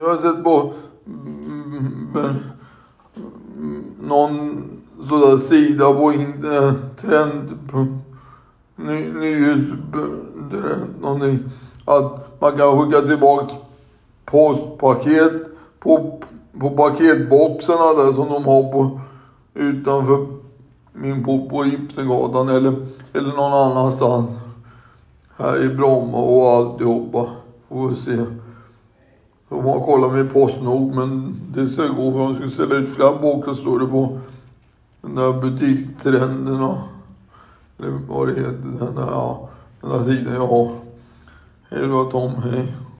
Jag har sett på någon sådär sida på internet, trend, någonting, att man kan skicka tillbaka postpaket på paketboxarna där som de har på utanför min port på Ibsengatan eller någon annanstans här i Bromma och alltihopa. Får vi se. Så man kollar med Postnord, men det ska gå för de ska ställa ut flera boxar, står det på den där butikstrenderna. Eller vad det heter, den där tiden jag har. Hej då Tom, hej.